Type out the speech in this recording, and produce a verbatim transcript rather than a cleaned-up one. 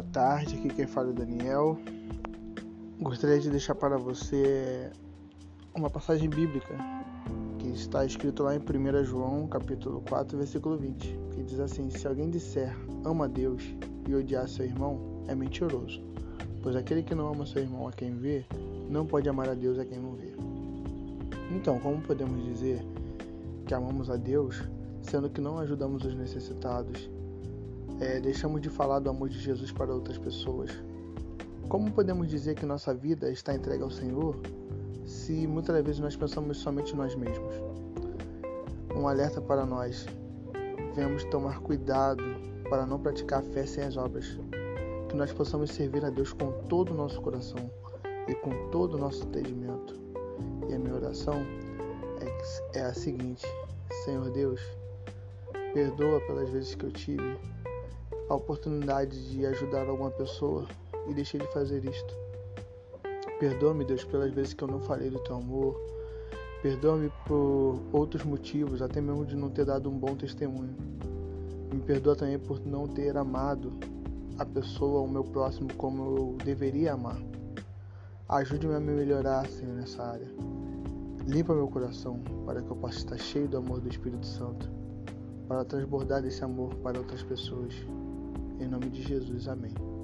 tarde, aqui quem fala é o Daniel. Gostaria de deixar para você uma passagem bíblica que está escrito lá em primeiro João, capítulo quatro, versículo vinte, que diz assim: se alguém disser ama a Deus e odiar seu irmão, é mentiroso, pois aquele que não ama seu irmão a quem vê, não pode amar a Deus a quem não vê. Então, como podemos dizer que amamos a Deus, sendo que não ajudamos os necessitados, é, deixamos de falar do amor de Jesus para outras pessoas? Como podemos dizer que nossa vida está entregue ao Senhor, se muitas vezes nós pensamos somente em nós mesmos? Um alerta para nós: devemos tomar cuidado para não praticar a fé sem as obras, que nós possamos servir a Deus com todo o nosso coração e com todo o nosso entendimento. E a minha oração é, é a seguinte: Senhor Deus, perdoa pelas vezes que eu tive a oportunidade de ajudar alguma pessoa e deixei de fazer isto. Perdoa-me, Deus, pelas vezes que eu não falei do teu amor. Perdoa-me por outros motivos, até mesmo de não ter dado um bom testemunho. Me perdoa também por não ter amado a pessoa, o meu próximo, como eu deveria amar. Ajude-me a me melhorar, Senhor, nessa área. Limpa meu coração para que eu possa estar cheio do amor do Espírito Santo, para transbordar desse amor para outras pessoas. Em nome de Jesus, amém.